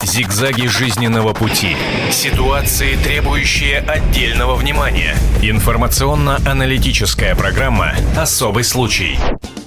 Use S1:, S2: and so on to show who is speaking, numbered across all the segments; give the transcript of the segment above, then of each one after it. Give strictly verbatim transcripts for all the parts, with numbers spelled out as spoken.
S1: Зигзаги жизненного пути. Ситуации, требующие отдельного внимания. Информационно-аналитическая программа «Особый случай».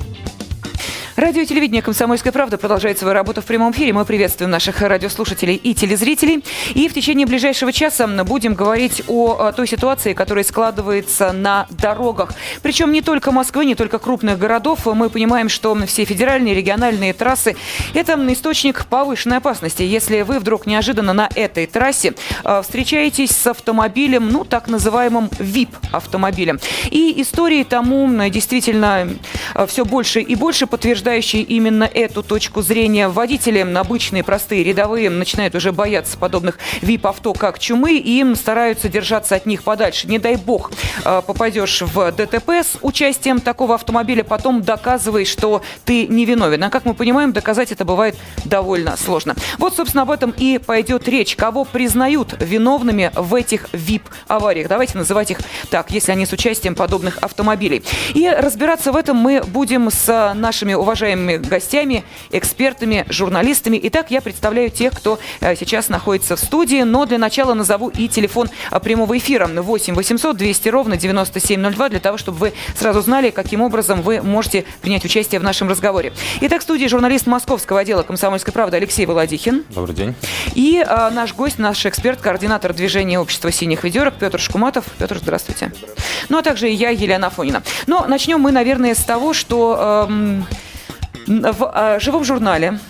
S2: Радио и телевидение «Комсомольская правда» продолжает свою работу в прямом эфире. Мы приветствуем наших радиослушателей и телезрителей. И в течение ближайшего часа будем говорить о той ситуации, которая складывается на дорогах. Причем не только Москвы, не только крупных городов. Мы понимаем, что все федеральные, региональные трассы – это источник повышенной опасности. Если вы вдруг неожиданно на этой трассе встречаетесь с автомобилем, ну, так называемым ви ай пи-автомобилем. И истории тому действительно все больше и больше подтверждают именно эту точку зрения. Водители, обычные, простые, рядовые, начинают уже бояться подобных ви ай пи-авто как чумы и стараются держаться от них подальше. Не дай бог попадешь в ДТП с участием такого автомобиля, потом доказывай, что ты невиновен. А как мы понимаем, доказать это бывает довольно сложно. Вот, собственно, об этом и пойдет речь. Кого признают виновными в этих ви ай пи-авариях? Давайте называть их так, если они с участием подобных автомобилей. И разбираться в этом мы будем с нашими уважаемыми уважаемыми гостями, экспертами, журналистами. Итак, я представляю тех, кто сейчас находится в студии, но для начала назову и телефон прямого эфира восемь восемьсот двести ровно девяносто семь ноль два для того, чтобы вы сразу знали, каким образом вы можете принять участие в нашем разговоре. Итак, в студии журналист московского отдела «Комсомольской правды» Алексей Володихин.
S3: Добрый день.
S2: И а, наш гость, наш эксперт, координатор движения общества «Синих ведерок» Петр Шкуматов. Петр, здравствуйте. Ну, а также и я, Елена Афонина. Но начнем мы, наверное, с того, что... Эм, В э, живом журнале,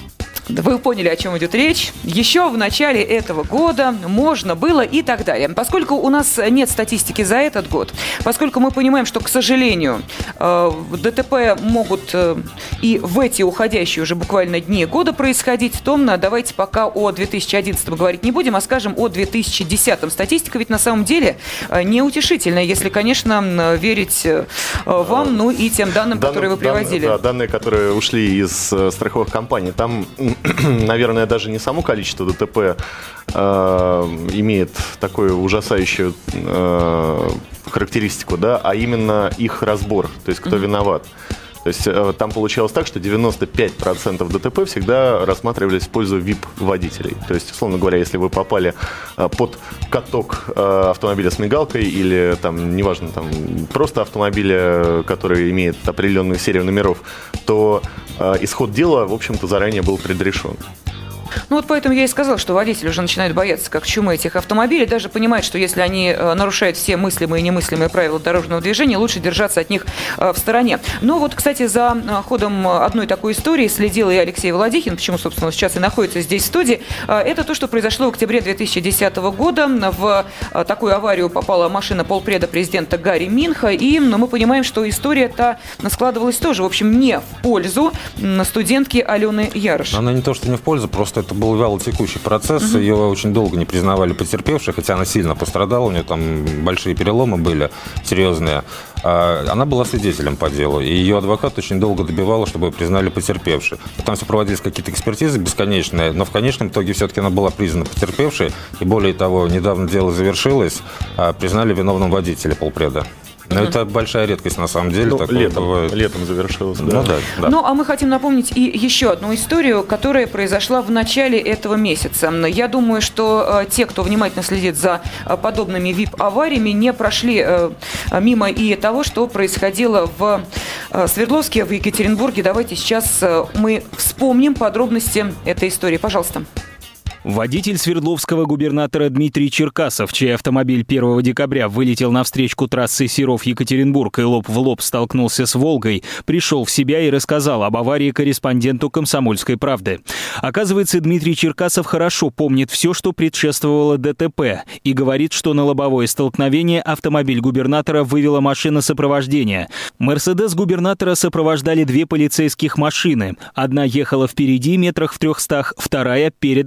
S2: вы поняли, о чем идет речь, еще в начале этого года можно было и так далее. Поскольку у нас нет статистики за этот год, поскольку мы понимаем, что, к сожалению, э, ДТП могут э, и в эти уходящие уже буквально дни года происходить, то давайте пока о две тысячи одиннадцатом говорить не будем, а скажем о две тысячи десятом. Статистика ведь на самом деле э, неутешительная, если, конечно, верить э, вам, ну и тем данным, Дан, которые вы приводили.
S3: Дан, да, данные, которые ушли из э, страховых компаний, там... наверное, даже не само количество ДТП э, имеет такую ужасающую э, характеристику, да, а именно их разбор, то есть кто mm-hmm. виноват. То есть э, там получалось так, что девяносто пять процентов ДТП всегда рассматривались в пользу ви ай пи-водителей. То есть, условно говоря, если вы попали э, под каток э, автомобиля с мигалкой или, там, неважно, там, просто автомобиля, который имеет определенную серию номеров, то э, исход дела, в общем-то, заранее был предрешен.
S2: Ну вот поэтому я и сказала, что водители уже начинают бояться как чумы этих автомобилей, даже понимают, что если они нарушают все мыслимые и немыслимые правила дорожного движения, лучше держаться от них в стороне. Но вот, кстати, за ходом одной такой истории следил и Алексей Володихин, почему, собственно, сейчас и находится здесь в студии. Это то, что произошло в октябре две тысячи десятого года. В такую аварию попала машина полпреда президента Гарри Минха, и мы понимаем, что история-то складывалась тоже, в общем, не в пользу студентки Алены Ярыш.
S3: Она не то, что не в пользу, просто это был вялотекущий процесс, uh-huh. ее очень долго не признавали потерпевшей, хотя она сильно пострадала, у нее там большие переломы были серьезные. Она была свидетелем по делу, и ее адвокат очень долго добивала, чтобы ее признали потерпевшей. Потом все проводились какие-то экспертизы бесконечные, но в конечном итоге все-таки она была признана потерпевшей, и более того, недавно дело завершилось, признали виновным водителя полпреда. Но mm-hmm. это большая редкость, на самом деле.
S4: Ну, летом, летом завершилось, да.
S2: Ну, да, да. Ну, а мы хотим напомнить и еще одну историю, которая произошла в начале этого месяца. Я думаю, что э, те, кто внимательно следит за э, подобными ви ай пи-авариями, не прошли э, мимо и того, что происходило в э, Свердловске, в Екатеринбурге. Давайте сейчас э, мы вспомним подробности этой истории. Пожалуйста.
S5: Водитель свердловского губернатора Дмитрий Черкасов, чей автомобиль первого декабря вылетел на встречку трассы Серов-Екатеринбург и лоб в лоб столкнулся с «Волгой», пришел в себя и рассказал об аварии корреспонденту «Комсомольской правды». Оказывается, Дмитрий Черкасов хорошо помнит все, что предшествовало ДТП, и говорит, что на лобовое столкновение автомобиль губернатора вывела машина сопровождения. «Мерседес» губернатора сопровождали две полицейских машины. Одна ехала впереди метрах в трехстах, вторая перед автомобилем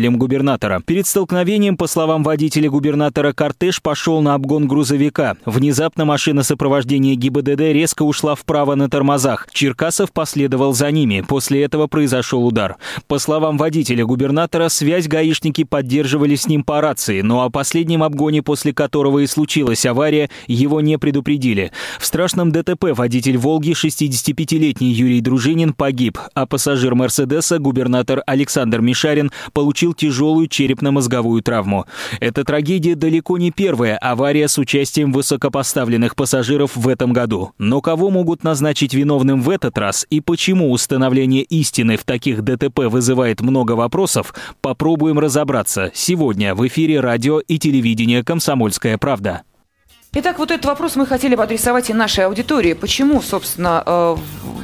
S5: автомобилем губернатора. Перед столкновением, по словам водителя губернатора, кортеж пошел на обгон грузовика. Внезапно машина сопровождения ГИБДД резко ушла вправо на тормозах. Черкасов последовал за ними. После этого произошел удар. По словам водителя губернатора, связь гаишники поддерживали с ним по рации, но о последнем обгоне, после которого и случилась авария, его не предупредили. В страшном ДТП водитель «Волги», шестидесятипятилетний Юрий Дружинин, погиб, а пассажир «Мерседеса», губернатор Александр Мишарин, получил тяжелую черепно-мозговую травму. Эта трагедия далеко не первая авария с участием высокопоставленных пассажиров в этом году. Но кого могут назначить виновным в этот раз и почему установление истины в таких ДТП вызывает много вопросов, попробуем разобраться сегодня в эфире радио и телевидения «Комсомольская правда».
S2: Итак, вот этот вопрос мы хотели бы адресовать и нашей аудитории. Почему, собственно,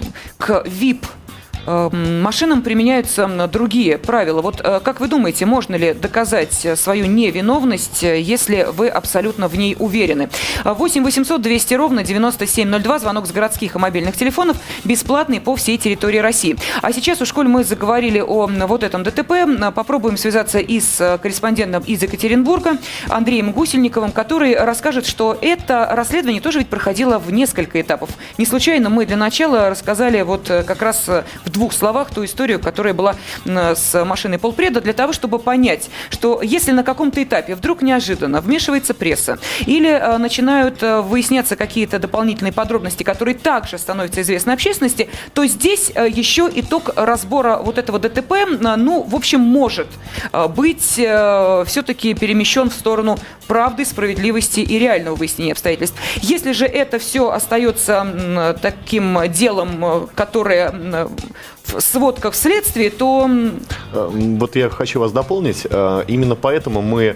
S2: к ви ай пи машинам применяются другие правила? Вот как вы думаете, можно ли доказать свою невиновность, если вы абсолютно в ней уверены? восемь восемьсот двести ровно девяносто семь ноль два, звонок с городских и мобильных телефонов, бесплатный по всей территории России. А сейчас уж, коль мы заговорили о вот этом ДТП, попробуем связаться и с корреспондентом из Екатеринбурга Андреем Гусельниковым, который расскажет, что это расследование тоже ведь проходило в несколько этапов. Не случайно мы для начала рассказали вот как раз в двух словах ту историю, которая была с машиной полпреда, для того, чтобы понять, что если на каком-то этапе вдруг неожиданно вмешивается пресса или э, начинают э, выясняться какие-то дополнительные подробности, которые также становятся известны общественности, то здесь э, еще итог разбора вот этого ДТП, э, ну, в общем, может э, быть э, все-таки перемещен в сторону правды, справедливости и реального выяснения обстоятельств. Если же это все остается э, таким делом, э, которое э, в сводках следствия, то...
S3: Вот я хочу вас дополнить. Именно поэтому мы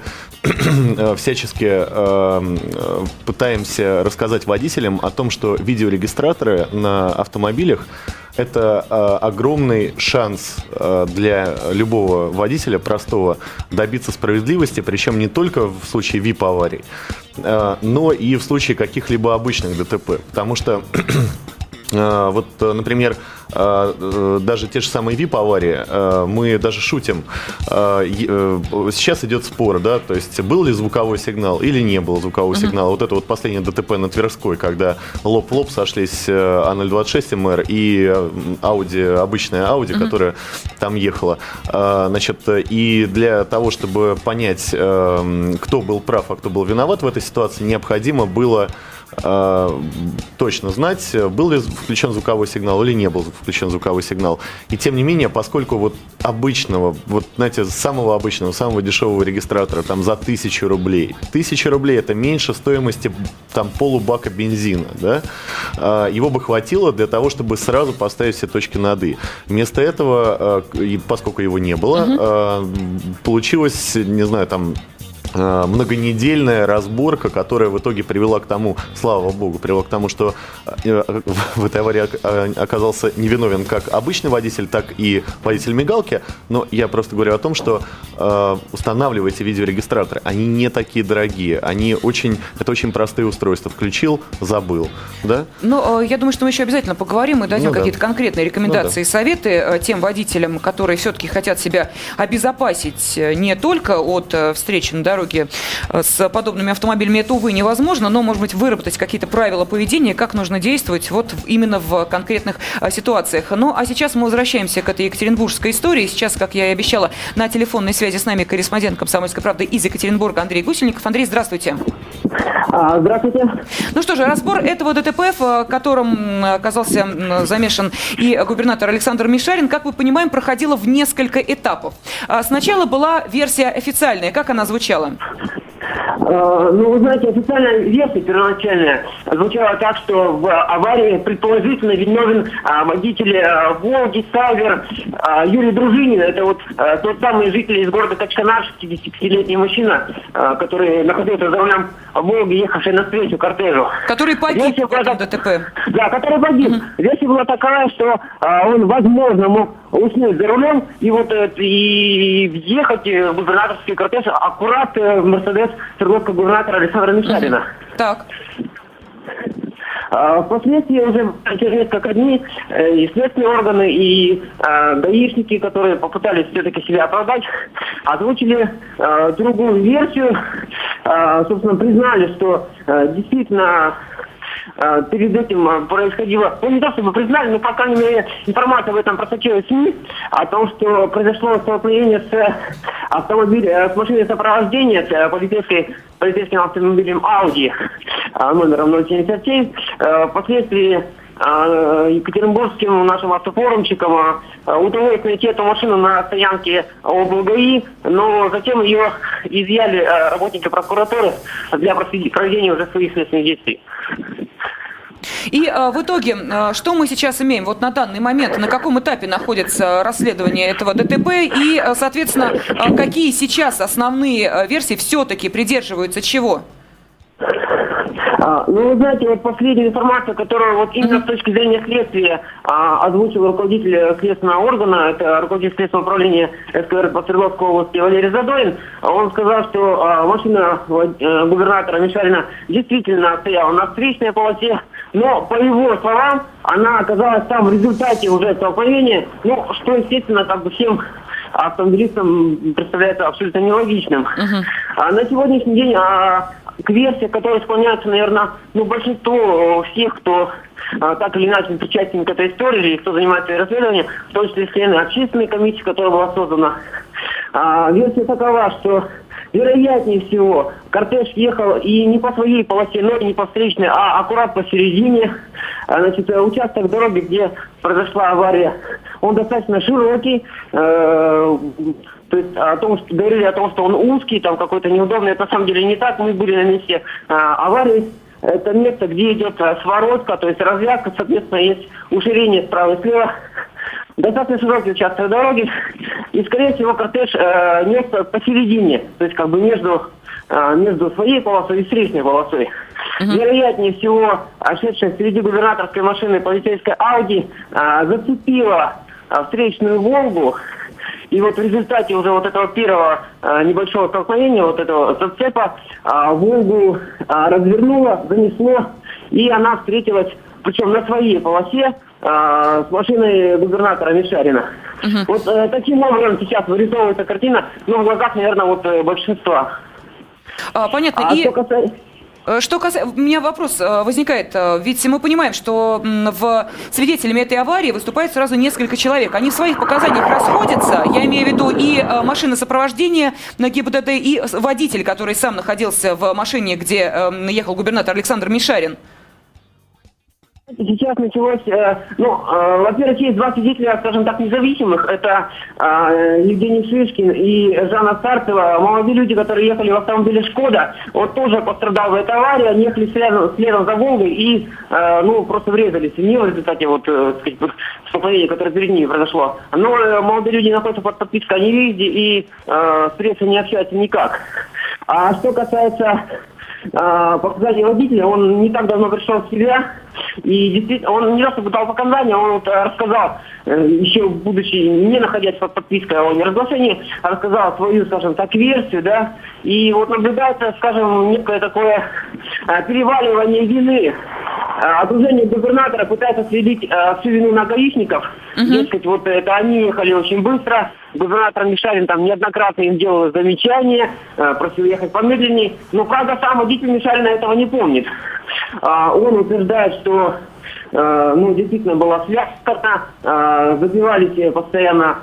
S3: всячески пытаемся рассказать водителям о том, что видеорегистраторы на автомобилях – это огромный шанс для любого водителя простого добиться справедливости, причем не только в случае ви ай пи-аварий, но и в случае каких-либо обычных ДТП. Потому что вот, например, даже те же самые ви ай пи-аварии, мы даже шутим. Сейчас идет спор, да, то есть был ли звуковой сигнал или не был звукового uh-huh. сигнала. Вот это вот последнее ДТП на Тверской, когда лоб в лоб сошлись А ноль двадцать шесть эм эр и Audi, обычная Audi, uh-huh. которая там ехала. Значит, и для того, чтобы понять, кто был прав, а кто был виноват в этой ситуации, необходимо было точно знать, был ли включен звуковой сигнал или не был включен звуковой сигнал. И тем не менее, поскольку вот обычного, вот знаете, самого обычного, самого дешевого регистратора там за тысячу рублей, тысяча рублей это меньше стоимости там полубака бензина, да, его бы хватило для того, чтобы сразу поставить все точки над «и». Вместо этого, поскольку его не было, uh-huh. получилось, не знаю, там многонедельная разборка, которая в итоге привела к тому, слава богу, привела к тому, что в этой аварии оказался невиновен как обычный водитель, так и водитель мигалки. Но я просто говорю о том, что устанавливайте видеорегистраторы. Они не такие дорогие. Они очень, это очень простые устройства. Включил, забыл. Да?
S2: Ну, я думаю, что мы еще обязательно поговорим и дадим ну, какие-то да. конкретные рекомендации ну, да. и советы тем водителям, которые все-таки хотят себя обезопасить не только от встречи на дороге с подобными автомобилями, это, увы, невозможно, но, может быть, выработать какие-то правила поведения, как нужно действовать вот именно в конкретных ситуациях. Ну, а сейчас мы возвращаемся к этой екатеринбургской истории. Сейчас, как я и обещала, на телефонной связи с нами корреспондент «Комсомольской правды» из Екатеринбурга Андрей Гусельников. Андрей, здравствуйте.
S6: Здравствуйте.
S2: Ну что же, разбор этого ДТП, в котором оказался замешан и губернатор Александр Мишарин, как мы понимаем, проходило в несколько этапов. Сначала была версия официальная. Как она звучала?
S6: Ну, вы знаете, официальная версия первоначальная звучала так, что в аварии предположительно виновен а, водитель а, Волги, Савер, а, Юрий Дружинин. Это вот а, тот самый житель из города Качканар, шестидесятипятилетний мужчина, а, который находился за рулем Волги, ехавший навстречу кортежу.
S2: Который погиб в этом ДТП.
S6: Да, который погиб. Uh-huh. Версия была такая, что а, он, возможно, мог уснуть за рулем и вот и въехать в губернаторский кортеж аккурат в Мерседес Свердловского губернатора Александра Мишарина.
S2: Uh-huh. Так.
S6: Впоследствии уже через несколько дней и следственные органы, и гаишники, которые попытались все-таки себя оправдать, озвучили другую версию, собственно, признали, что действительно перед этим происходило, ну не то чтобы признали, но, по крайней мере, информация об этом просочилась в СМИ, о том, что произошло столкновение с автомобилем, с машиной сопровождения, с полицейской, полицейским автомобилем Audi номером ноль семьдесят семь. Впоследствии екатеринбургским нашим автофорумчикам удалось найти эту машину на стоянке облгаи, но затем ее изъяли работники прокуратуры для проведения уже своих следственных действий.
S2: И э, в итоге, э, что мы сейчас имеем вот на данный момент, на каком этапе находится расследование этого ДТП и, э, соответственно, э, какие сейчас основные э, версии все-таки придерживаются чего?
S6: А, ну, вы знаете, вот последняя информация, которую вот именно с точки зрения следствия а, озвучил руководитель следственного органа, это руководитель следственного управления СКР по Свердловской области Валерий Задорин, он сказал, что а, машина а, губернатора Мишарина действительно стояла на встречной полосе, но, по его словам, она оказалась там в результате уже столкновения, ну, что, естественно, как бы всем автомобилистам представляется абсолютно нелогичным. Uh-huh. А на сегодняшний день а, к версии, которые склоняются, наверное, ну, большинство всех, кто а, так или иначе причастен к этой истории, или кто занимается расследованием, в том числе члены общественной комиссии, которая была создана. А, версия такова, что вероятнее всего кортеж ехал и не по своей полосе, но и не по встречной, а аккурат посередине. Значит, участок дороги, где произошла авария, он достаточно широкий. Э, то есть о том, что говорили о том, что он узкий, там какой-то неудобный. Это на самом деле не так. Мы были на месте э, аварии. Это место, где идет своротка, то есть развязка, соответственно, есть уширение справа и слева. Достаточно широкий участок дороги. И, скорее всего, кортеж э, нес посередине, то есть как бы между, э, между своей полосой и встречной полосой. Uh-huh. Вероятнее всего, шедшая впереди губернаторской машины полицейская Audi э, зацепила э, встречную «Волгу». И вот в результате уже вот этого первого э, небольшого столкновения, вот этого зацепа, э, «Волгу» э, развернуло, занесло, и она встретилась, причем на своей полосе, с машиной губернатора Мишарина. Uh-huh. Вот э, таким образом сейчас вырисовывается картина, ну, в глазах, наверное, вот э, большинства.
S2: А, понятно.
S6: А
S2: и...
S6: что касается...
S2: Что касается, у меня вопрос возникает, ведь мы понимаем, что в свидетелями этой аварии выступает сразу несколько человек. Они в своих показаниях расходятся, я имею в виду и машина сопровождения на ГИБДД, и водитель, который сам находился в машине, где ехал губернатор Александр Мишарин.
S6: Сейчас началось, э, ну, э, во-первых, есть два свидетеля, скажем так, независимых. Это э, Евгений Шишкин и Жанна Старцева. Молодые люди, которые ехали в автомобиле «Шкода», вот тоже пострадал в этой аварии. Они ехали следом, следом за «Волгой» и, э, ну, просто врезались в нее в результате вот, э, сказать, столкновения, которое перед ними произошло. Но э, молодые люди находятся под подпиской о невыезде и э, с прессой не общаются никак. А что касается... показания водителя, он не так давно пришел в себя, и действительно, он не раз дал показания, он вот рассказал, еще будучи не находясь под подпиской о неразглашении, рассказал свою, скажем так, версию, да, и вот наблюдается, скажем, некое такое переваливание вины. Окружение губернатора пытается свалить всю вину на гаишников. Uh-huh. Дескать, вот это они ехали очень быстро. Губернатор Мишарин там неоднократно им делал замечания, просил ехать помедленнее. Но, правда, сам водитель Мишарина этого не помнит. Он утверждает, что ну, действительно была связка, забивались постоянно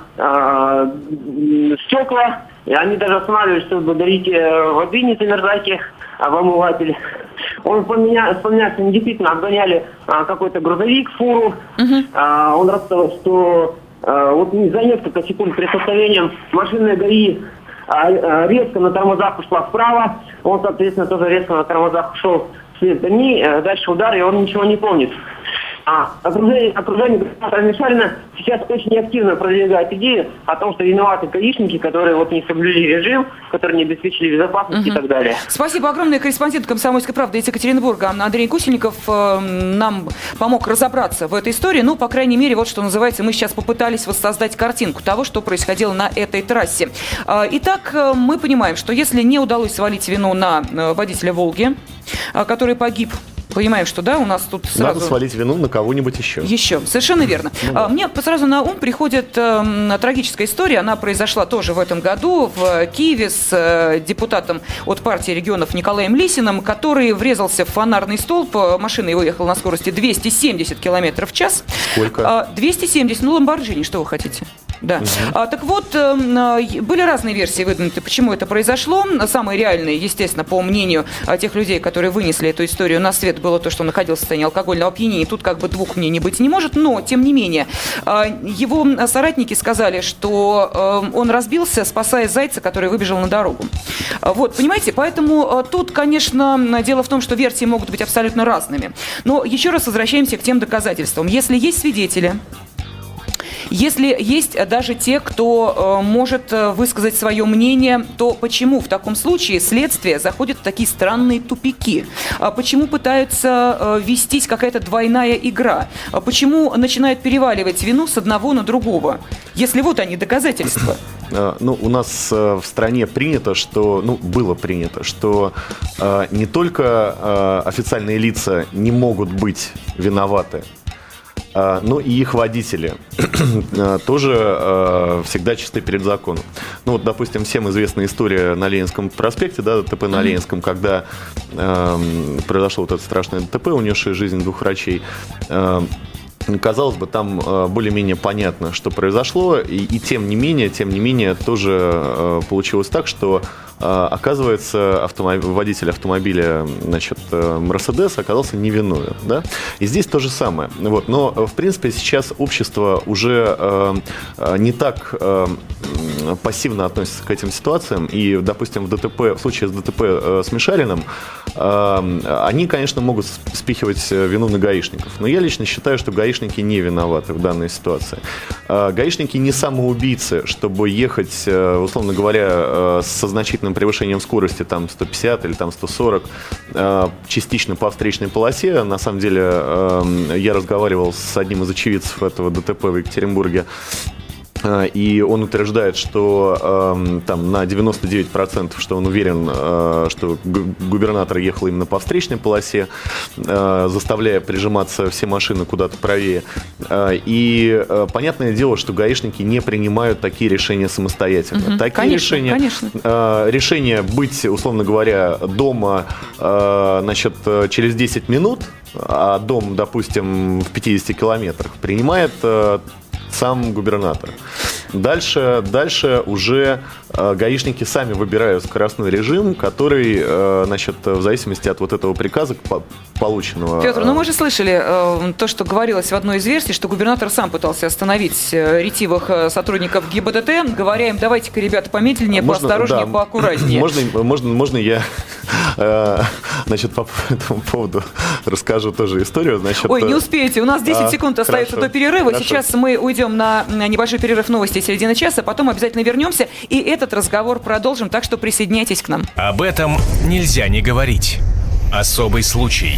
S6: стекла. И они даже останавливались, чтобы дарить воды, не замерзайте, в омыватель. Он вспоминает, вспоминает, что они действительно обгоняли а, какой-то грузовик, фуру. Uh-huh. А, он рассказал, что а, вот за несколько секунд перед столкновением машины ГАИ а, а, резко на тормозах ушла вправо. Он, соответственно, тоже резко на тормозах ушел вслед за ней. А, дальше удар, и он ничего не помнит. А окружение, окружение губернатора Мишарина сейчас очень активно продвигает идею о том, что виноваты гаишники, которые вот не соблюли режим, которые не обеспечили безопасность, угу. и так далее.
S2: Спасибо огромное. Корреспондент «Комсомольской правды» из Екатеринбурга Андрей Гусельников э, нам помог разобраться в этой истории. Ну, по крайней мере, вот что называется, мы сейчас попытались воссоздать картинку того, что происходило на этой трассе. Э, итак, э, мы понимаем, что если не удалось свалить вину на э, водителя «Волги», э, который погиб понимаем, что да, у нас тут сразу...
S3: Надо свалить вину на кого-нибудь еще.
S2: Еще, совершенно верно. Ну, да. Мне сразу на ум приходит э, трагическая история. Она произошла тоже в этом году в Киеве с э, депутатом от партии регионов Николаем Лисиным, который врезался в фонарный столб. Машина его ехала на скорости двести семьдесят километров в час.
S3: Сколько?
S2: двести семьдесят, ну, Ламборджини, что вы хотите? Да. Угу. А, так вот, э, были разные версии выдвинуты, почему это произошло. Самые реальные, естественно, по мнению тех людей, которые вынесли эту историю на свет, было то, что он находился в состоянии алкогольного опьянения. Тут как бы двух мнений быть не может, но, тем не менее, э, его соратники сказали, что э, он разбился, спасая зайца, который выбежал на дорогу. Вот, понимаете, поэтому э, тут, конечно, дело в том, что версии могут быть абсолютно разными. Но еще раз возвращаемся к тем доказательствам. Если есть свидетели, если есть даже те, кто э, может высказать свое мнение, то почему в таком случае следствие заходит в такие странные тупики? А почему пытаются э, вестись какая-то двойная игра? А почему начинают переваливать вину с одного на другого? Если вот они, доказательства.
S3: Ну, у нас в стране принято, что, ну, было принято, что э, не только э, официальные лица не могут быть виноваты, но и их водители тоже э, всегда чисты перед законом. Ну вот, допустим, всем известна история на Ленинском проспекте, да, ДТП на Ленинском, когда э, произошло вот это страшное ДТП, унесшее жизнь двух врачей. Э, Казалось бы, там э, более-менее понятно, что произошло, и, и тем не менее, тем не менее, тоже э, получилось так, что э, оказывается, автомоб... водитель автомобиля, значит, э, Мерседес оказался невиновен, да? И здесь то же самое. Вот. Но, в принципе, сейчас общество уже э, не так э, пассивно относится к этим ситуациям, и, допустим, в ДТП, в случае с ДТП э, с Мишариным, э, они, конечно, могут спихивать вину на гаишников, но я лично считаю, что гаишники Гаишники не виноваты в данной ситуации. Гаишники не самоубийцы, чтобы ехать, условно говоря, со значительным превышением скорости, там сто пятьдесят или там сто сорок, частично по встречной полосе. На самом деле, я разговаривал с одним из очевидцев этого ДТП в Екатеринбурге, и он утверждает, что э, там, на девяносто девять процентов, что он уверен, э, что губернатор ехал именно по встречной полосе, э, заставляя прижиматься все машины куда-то правее. Э, и э, понятное дело, что гаишники не принимают такие решения самостоятельно. Угу, такие
S2: конечно,
S3: решения,
S2: конечно.
S3: Э, решение быть, условно говоря, дома э, значит, через десять минут, а дом, допустим, в пятидесяти километрах, принимает э, сам губернатор. Дальше, дальше уже э, гаишники сами выбирают скоростной режим, который, э, значит, в зависимости от вот этого приказа по- полученного...
S2: Петр, ну мы же слышали э, то, что говорилось в одной из версий, что губернатор сам пытался остановить э, ретивых э, сотрудников ГИБДД, говоря им, давайте-ка, ребята, помедленнее, можно, поосторожнее, да, поаккуратнее.
S3: Можно, можно, можно я э, значит, по этому поводу расскажу тоже историю. Значит,
S2: Ой, не успеете, у нас десять а, секунд остается хорошо, до перерыва. Хорошо. Сейчас мы уйдем на, на небольшой перерыв новостей середины часа, потом обязательно вернемся и этот разговор продолжим, так что присоединяйтесь к нам.
S1: Об этом нельзя не говорить. Особый случай.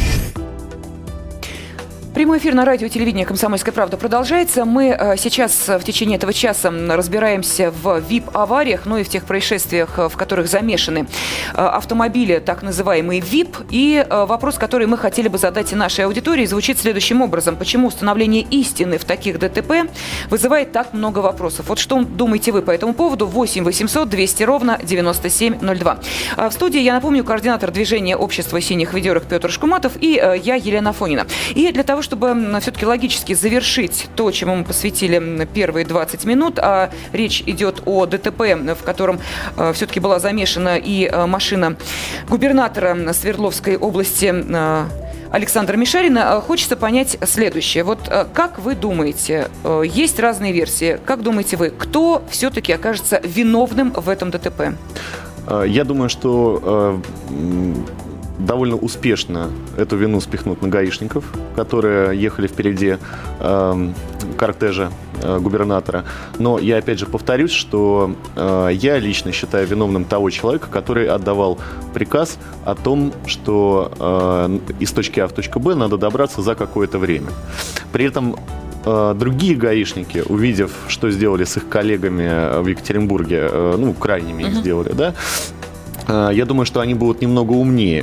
S2: Прямой эфир на радио и телевидении «Комсомольская правда» продолжается. Мы сейчас в течение этого часа разбираемся в ви ай пи-авариях, ну и в тех происшествиях, в которых замешаны автомобили, так называемые ви ай пи. И вопрос, который мы хотели бы задать и нашей аудитории, звучит следующим образом. Почему установление истины в таких ДТП вызывает так много вопросов? Вот что думаете вы по этому поводу? восемь восемьсот двести ровно девяносто семь ноль два. В студии, я напомню, координатор движения общества синих ведерок Петр Шкуматов и я, Елена Афонина. И для того, чтобы все-таки логически завершить то, чему мы посвятили первые двадцать минут, а речь идет о ДТП, в котором э, все-таки была замешана и э, машина губернатора Свердловской области э, Александра Мишарина, хочется понять следующее. Вот э, как вы думаете, э, есть разные версии, как думаете вы, кто все-таки окажется виновным в этом ДТП?
S3: Я думаю, что э, довольно успешно эту вину спихнут на гаишников, которые ехали впереди э, кортежа э, губернатора. Но я опять же повторюсь, что э, я лично считаю виновным того человека, который отдавал приказ о том, что э, из точки А в точку Б надо добраться за какое-то время. При этом э, другие гаишники, увидев, что сделали с их коллегами в Екатеринбурге, э, ну, крайними их uh-huh. сделали, да, я думаю, что они будут немного умнее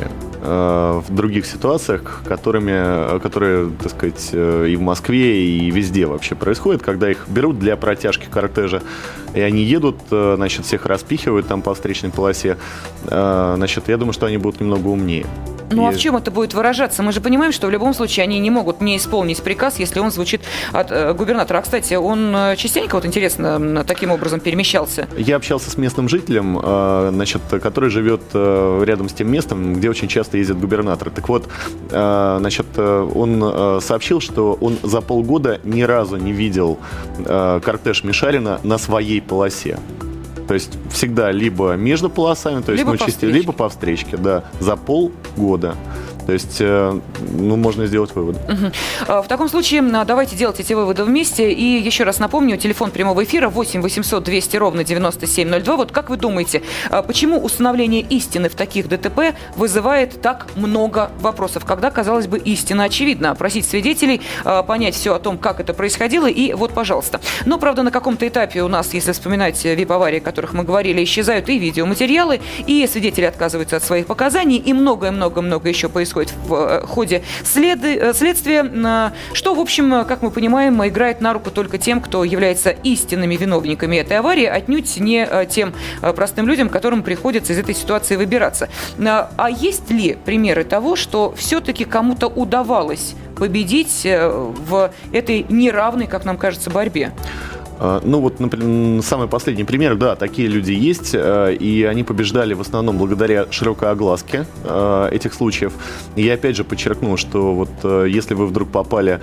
S3: в других ситуациях, которыми, которые, так сказать, и в Москве, и везде вообще происходят, когда их берут для протяжки кортежа, и они едут, значит, всех распихивают там по встречной полосе. Значит, я думаю, что они будут немного умнее.
S2: Ну
S3: и...
S2: а в чем это будет выражаться? Мы же понимаем, что в любом случае они не могут не исполнить приказ, если он звучит от э, губернатора. А, кстати, он частенько, вот интересно, таким образом перемещался?
S3: Я общался с местным жителем, э, значит, который живет э, рядом с тем местом, где очень часто ездят губернаторы. Так вот, э, значит, он э, сообщил, что он за полгода ни разу не видел э, кортеж Мишарина на своей полосе. То есть всегда либо между полосами, то есть
S2: либо,
S3: ну,
S2: по,
S3: части, либо по встречке, да, за полгода. То есть, ну, можно сделать выводы.
S2: Угу. В таком случае давайте делать эти выводы вместе. И еще раз напомню, телефон прямого эфира восемь восемьсот двести ровно девяносто семь ноль два. Вот как вы думаете, почему установление истины в таких ДТП вызывает так много вопросов, когда, казалось бы, истина очевидна? Опросить свидетелей, понять все о том, как это происходило, и вот, пожалуйста. Но, правда, на каком-то этапе у нас, если вспоминать вип-аварии, о которых мы говорили, исчезают и видеоматериалы, и свидетели отказываются от своих показаний, и многое-много-много еще происходит в ходе следы, следствия, что, в общем, как мы понимаем, играет на руку только тем, кто является истинными виновниками этой аварии, отнюдь не тем простым людям, которым приходится из этой ситуации выбираться. А есть ли примеры того, что все-таки кому-то удавалось победить в этой неравной, как нам кажется, борьбе?
S3: Ну вот, например, самый последний пример, да, такие люди есть, и они побеждали в основном благодаря широкой огласке этих случаев. И я опять же подчеркну, что вот если вы вдруг попали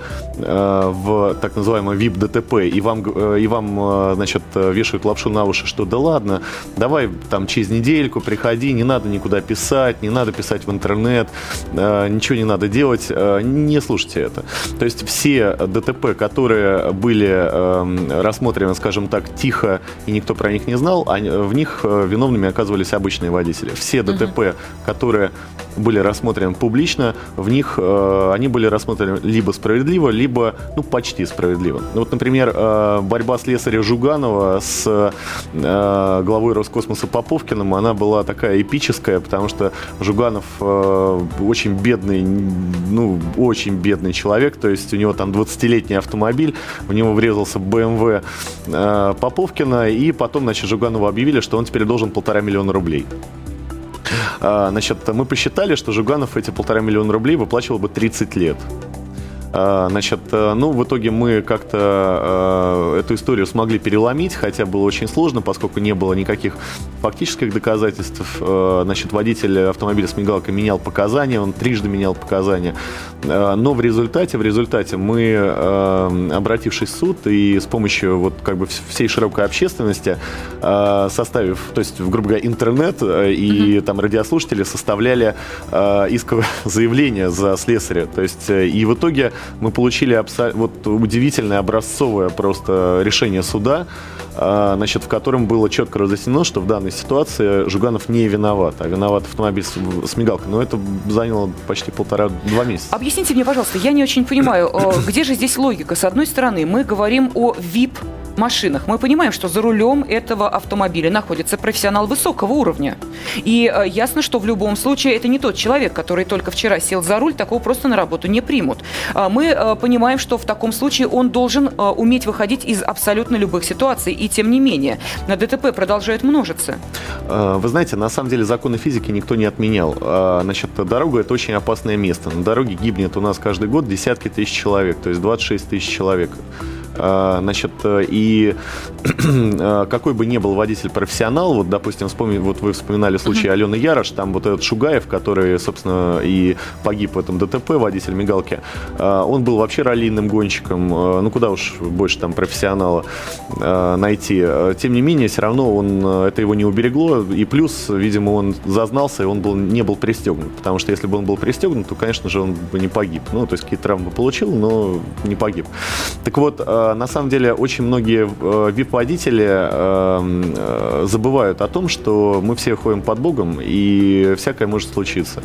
S3: в так называемое вип-ДТП, и вам, и вам, значит, вешают лапшу на уши, что да ладно, давай там через недельку приходи, не надо никуда писать, не надо писать в интернет, ничего не надо делать, не слушайте это. То есть все ДТП, которые были рассмотрены, скажем так, тихо, и никто про них не знал, а в них виновными оказывались обычные водители. Все ДТП, uh-huh. которые были рассмотрены публично, в них э, они были рассмотрены либо справедливо, либо, ну, почти справедливо. Вот, например, э, борьба слесаря Жуганова с э, главой Роскосмоса Поповкиным, она была такая эпическая, потому что Жуганов э, очень бедный, ну, очень бедный человек, то есть у него там двадцатилетний автомобиль, в него врезался бэ эм вэ э, Поповкина, и потом, значит, Жуганову объявили, что он теперь должен полтора миллиона рублей. Значит, мы посчитали, что Жуганов эти полтора миллиона рублей выплачивал бы тридцать лет. Значит, ну, в итоге мы как-то э, эту историю смогли переломить, хотя было очень сложно, поскольку не было никаких фактических доказательств. Э, значит, водитель автомобиля с мигалкой менял показания, он трижды менял показания. Э, но в результате, в результате мы, э, обратившись в суд и с помощью вот как бы всей широкой общественности, э, составив, то есть, грубо говоря, интернет э, и mm-hmm. там радиослушатели составляли э, исковое заявление за слесаря. То есть, э, и в итоге мы получили абсо- вот удивительное образцовое просто решение суда, э, значит, в котором было четко разъяснено, что в данной ситуации Жуганов не виноват, а виноват автомобиль с, с мигалкой. Но это заняло почти полтора-два месяца.
S2: Объясните мне, пожалуйста, я не очень понимаю, где же здесь логика? С одной стороны, мы говорим о вип машинах. Мы понимаем, что за рулем этого автомобиля находится профессионал высокого уровня. И э, ясно, что в любом случае это не тот человек, который только вчера сел за руль, такого просто на работу не примут. А мы э, понимаем, что в таком случае он должен э, уметь выходить из абсолютно любых ситуаций. И тем не менее, на ДТП продолжают множиться.
S3: Вы знаете, на самом деле законы физики никто не отменял. Значит, дорога – это очень опасное место. На дороге гибнет у нас каждый год десятки тысяч человек, то есть двадцать шесть тысяч человек. Значит, и какой бы ни был водитель-профессионал, вот, допустим, вспомни, вот вы вспоминали случай uh-huh. Алены Ярош, там вот этот Шугаев, который, собственно, и погиб в этом ДТП, водитель мигалки, он был вообще раллийным гонщиком, ну, куда уж больше там профессионала найти. Тем не менее, все равно он, это его не уберегло, и плюс, видимо, он зазнался, и он был, не был пристегнут, потому что если бы он был пристегнут, то, конечно же, он бы не погиб. Ну, то есть какие-то травмы получил, но не погиб. Так вот, на самом деле, очень многие вип-водители забывают о том, что мы все ходим под Богом, и всякое может случиться.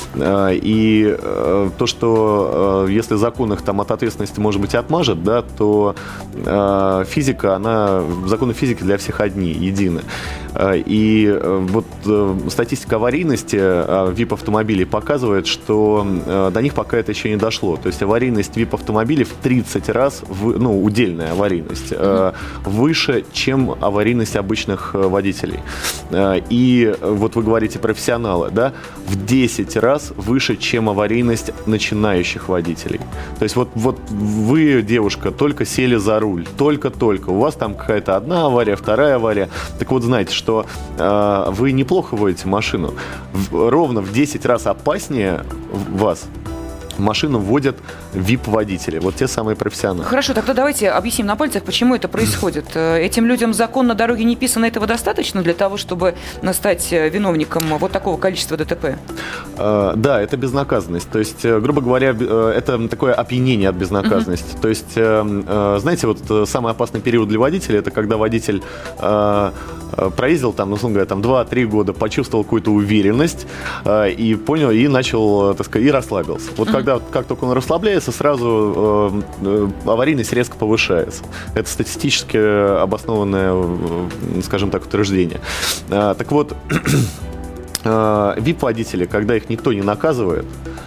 S3: И то, что если закон их там от ответственности, может быть, отмажет, да, то физика, она, законы физики для всех одни, едины. И вот статистика аварийности ви ай пи-автомобилей показывает, что до них пока это еще не дошло. То есть аварийность ви ай пи-автомобилей в тридцать раз, ну, удельная аварийность, mm-hmm. выше, чем аварийность обычных водителей. И вот вы говорите профессионалы, да, в десять раз выше, чем аварийность начинающих водителей. То есть вот, вот вы, девушка, только сели за руль, только-только, у вас там какая-то одна авария, вторая авария. Так вот, знаете, что э, вы неплохо водите машину. В, ровно в десять раз опаснее вас машину вводят ви ай пи-водители, вот те самые профессионалы.
S2: Хорошо, тогда давайте объясним на пальцах, почему это происходит. Этим людям закон на дороге не писан, этого достаточно для того, чтобы стать виновником вот такого количества ДТП?
S3: Uh, да, это безнаказанность. То есть, грубо говоря, это такое опьянение от безнаказанности. Uh-huh. То есть, знаете, вот самый опасный период для водителя — это когда водитель проездил там, ну, условно говоря, там два-три года, почувствовал какую-то уверенность и понял, и начал, так сказать, и расслабился. Вот uh-huh. когда, как только он расслабляется, сразу э, аварийность резко повышается. Это статистически обоснованное, скажем так, утверждение. А, так вот, э, ви ай пи-водители, когда их никто не наказывает,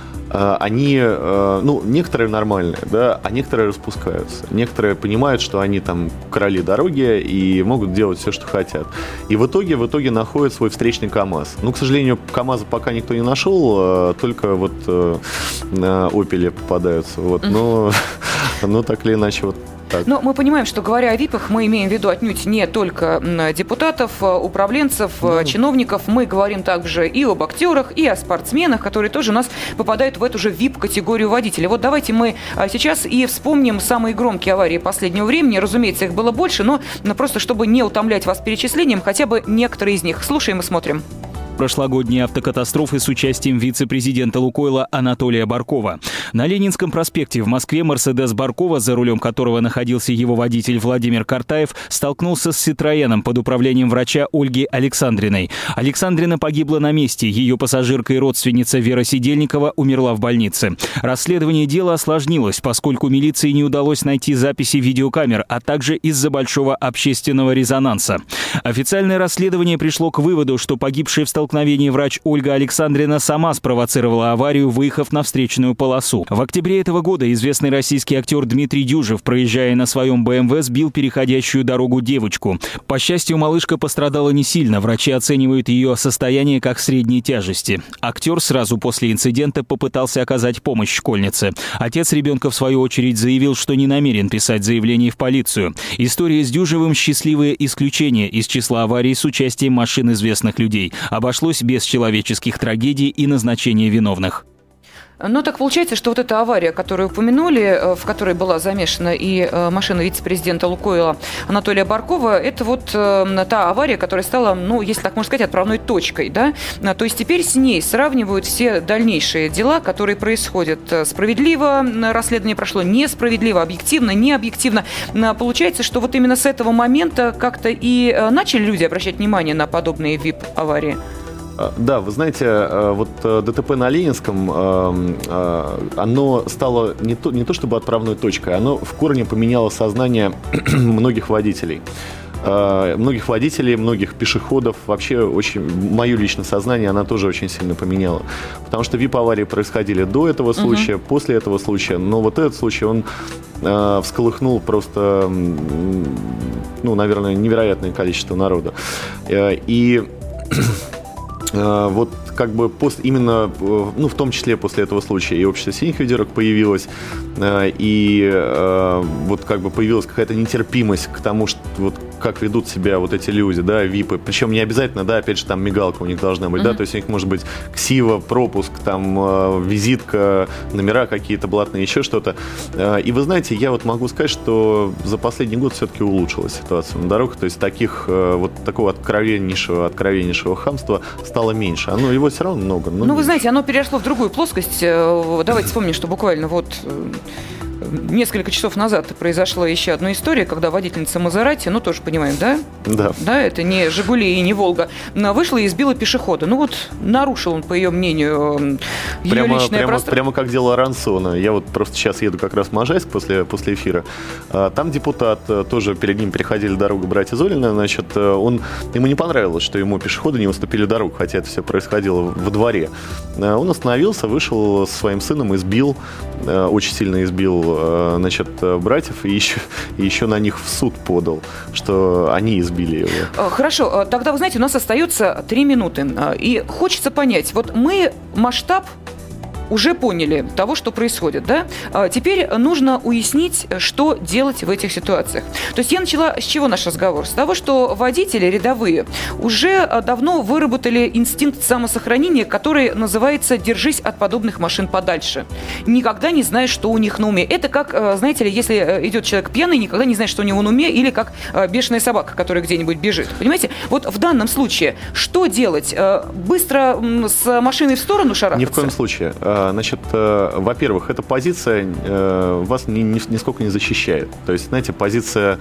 S3: э, они, э, ну, некоторые нормальные, да, а некоторые распускаются. Некоторые понимают, что они там короли дороги и могут делать все, что хотят. И в итоге, в итоге находят свой встречный КАМАЗ. Ну, к сожалению, КАМАЗа пока никто не нашел, э, только вот э, на Опеле попадаются. Вот, но, но так или иначе, вот. Так.
S2: Но мы понимаем, что, говоря о ВИПах, мы имеем в виду отнюдь не только депутатов, управленцев, mm. чиновников. Мы говорим также и об актерах, и о спортсменах, которые тоже у нас попадают в эту же ви ай пи-категорию водителей. Вот давайте мы сейчас и вспомним самые громкие аварии последнего времени. Разумеется, их было больше, но просто чтобы не утомлять вас перечислением, хотя бы некоторые из них. Слушаем и смотрим.
S5: Прошлогодние автокатастрофы с участием вице-президента «Лукойла» Анатолия Баркова. На Ленинском проспекте в Москве «Мерседес» Баркова, за рулем которого находился его водитель Владимир Картаев, столкнулся с «Ситроеном» под управлением врача Ольги Александриной. Александрина погибла на месте. Ее пассажирка и родственница Вера Сидельникова умерла в больнице. Расследование дела осложнилось, поскольку милиции не удалось найти записи видеокамер, а также из-за большого общественного резонанса. Официальное расследование пришло к выводу, что погибшая в столкновении столкновении врач Ольга Александрина сама спровоцировала аварию, выехав на встречную полосу. В октябре этого года известный российский актер Дмитрий Дюжев, проезжая на своем бэ эм вэ, сбил переходящую дорогу девочку. По счастью, малышка пострадала не сильно. Врачи оценивают ее состояние как средней тяжести. Актер сразу после инцидента попытался оказать помощь школьнице. Отец ребенка, в свою очередь, заявил, что не намерен писать заявление в полицию. История с Дюжевым – счастливое исключение из числа аварий с участием машин известных людей. Обошлось без человеческих трагедий и назначения виновных.
S2: Ну, так получается, что вот эта авария, которую упомянули, в которой была замешана и машина вице-президента «Лукойла» Анатолия Баркова, это вот та авария, которая стала, ну, если так можно сказать, отправной точкой, да? То есть теперь с ней сравнивают все дальнейшие дела, которые происходят. Справедливо расследование прошло, несправедливо, объективно, необъективно. Получается, что вот именно с этого момента как-то и начали люди обращать внимание на подобные ви ай пи-аварии.
S3: Да, вы знаете, вот ДТП на Ленинском, оно стало не то, не то чтобы отправной точкой, оно в корне поменяло сознание многих водителей. Многих водителей, многих пешеходов, вообще очень, мое личное сознание, она тоже очень сильно поменяла. Потому что ви ай пи-аварии происходили до этого случая, uh-huh. после этого случая, но вот этот случай, он э, всколыхнул просто, ну, наверное, невероятное количество народа. И вот как бы пост, именно, ну, в том числе после этого случая и общество синих ведерок появилось, и вот как бы появилась какая-то нетерпимость к тому, что вот как ведут себя вот эти люди, да, випы. Причем не обязательно, да, опять же, там мигалка у них должна быть, mm-hmm. да, то есть у них может быть ксива, пропуск, там визитка, номера какие-то блатные, еще что-то. И вы знаете, я вот могу сказать, что за последний год все-таки улучшилась ситуация на дорогах, то есть таких вот такого откровеннейшего, откровеннейшего хамства стало меньше. Оно его все равно много.
S2: Ну, вы знаете, оно перешло в другую плоскость. Давайте вспомним, что буквально вот несколько часов назад произошла еще одна история, когда водительница Мазерати, ну, тоже понимаем, да?
S3: Да.
S2: Да, это не «Жигули» и не «Волга», вышла и избила пешехода. Ну, вот нарушил он, по ее мнению, ее
S3: прямо,
S2: личное
S3: прямо,
S2: пространство.
S3: Прямо как дело Рансона. Я вот просто сейчас еду как раз в Можайск после, после эфира. Там депутат, тоже перед ним переходили дорогу братья Зорина, значит, он, ему не понравилось, что ему пешеходы не уступили дорогу, хотя это все происходило во дворе. Он остановился, вышел со своим сыном, избил, очень сильно избил, значит, братьев, и еще, и еще на них в суд подал, что они избили его.
S2: Хорошо, тогда, вы знаете, у нас остается три минуты, и хочется понять, вот мы масштаб уже поняли того, что происходит, да? Теперь нужно уяснить, что делать в этих ситуациях. То есть я начала с чего наш разговор? С того, что водители рядовые уже давно выработали инстинкт самосохранения, который называется «держись от подобных машин подальше». Никогда не знаешь, что у них на уме. Это как, знаете ли, если идет человек пьяный, никогда не знаешь, что у него на уме, или как бешеная собака, которая где-нибудь бежит. Понимаете? Вот в данном случае что делать? Быстро с машиной в сторону шарахаться?
S3: Ни в коем случае. Значит, во-первых, эта позиция вас нисколько не защищает. То есть, знаете, позиция,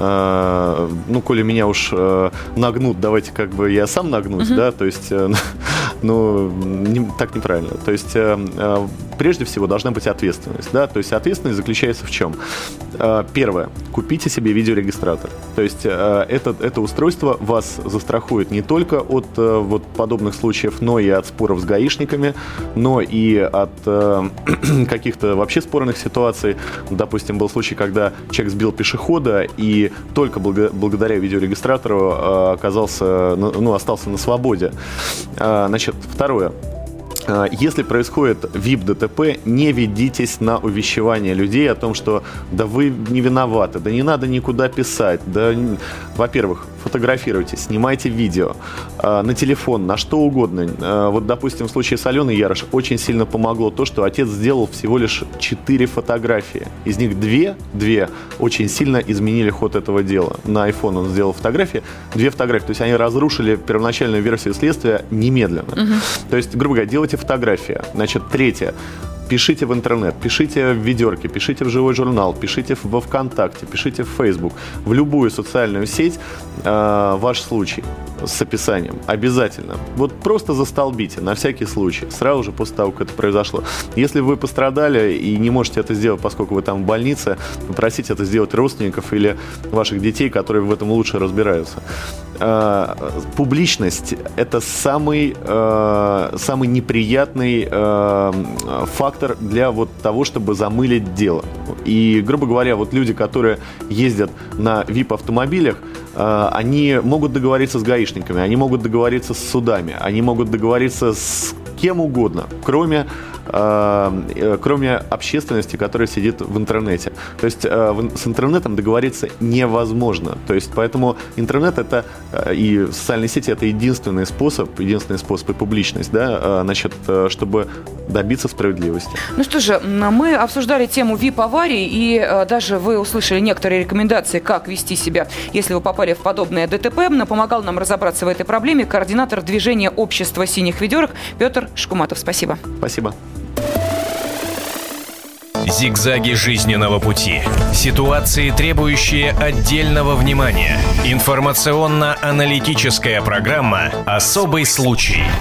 S3: ну, коли меня уж нагнут, давайте как бы я сам нагнусь, uh-huh. да, то есть, ну, не, так неправильно. То есть, прежде всего, должна быть ответственность, да, то есть, ответственность заключается в чем? Первое, купите себе видеорегистратор. То есть, это, это устройство вас застрахует не только от вот подобных случаев, но и от споров с гаишниками, но и от каких-то вообще спорных ситуаций. Допустим, был случай, когда человек сбил пешехода и только благодаря видеорегистратору оказался, ну, остался на свободе. Значит, второе. Если происходит ви ай пи-ДТП, не ведитесь на увещевание людей о том, что да вы не виноваты, да не надо никуда писать. Да... Во-первых, фотографируйте, снимайте видео на телефон, на что угодно. Вот, допустим, в случае с Аленой Ярош очень сильно помогло то, что отец сделал всего лишь четыре фотографии. Из них две, две очень сильно изменили ход этого дела. На iPhone он сделал фотографии, две фотографии. То есть они разрушили первоначальную версию следствия немедленно. Угу. То есть, грубо говоря, делайте фотографии. Значит, третье. Пишите в интернет, пишите в ведерке, пишите в живой журнал, пишите во ВКонтакте, пишите в Facebook, в любую социальную сеть э, ваш случай с описанием. Обязательно. Вот просто застолбите, на всякий случай, сразу же после того, как это произошло. Если вы пострадали и не можете это сделать, поскольку вы там в больнице, попросите это сделать родственников или ваших детей, которые в этом лучше разбираются. Э, публичность – это самый, э, самый неприятный э, фактор для вот того, чтобы замылить дело. И, грубо говоря, вот люди, которые ездят на ви ай пи-автомобилях, э, они могут договориться с гаишниками, они могут договориться с судами, они могут договориться с кем угодно, кроме, э, кроме общественности, которая сидит в интернете. То есть э, с интернетом договориться невозможно. То есть поэтому интернет это э, и социальные сети это единственный способ, единственный способ и публичность, да, э, значит, э, чтобы добиться справедливости.
S2: Ну что же, мы обсуждали тему ви ай пи-аварий, и э, даже вы услышали некоторые рекомендации, как вести себя, если вы попали в подобное ДТП. Помогал нам разобраться в этой проблеме координатор движения общества синих ведерок Петр Шкуматов. Спасибо.
S3: Спасибо.
S1: Зигзаги жизненного пути. Ситуации, требующие отдельного внимания. Информационно-аналитическая программа «Особый случай».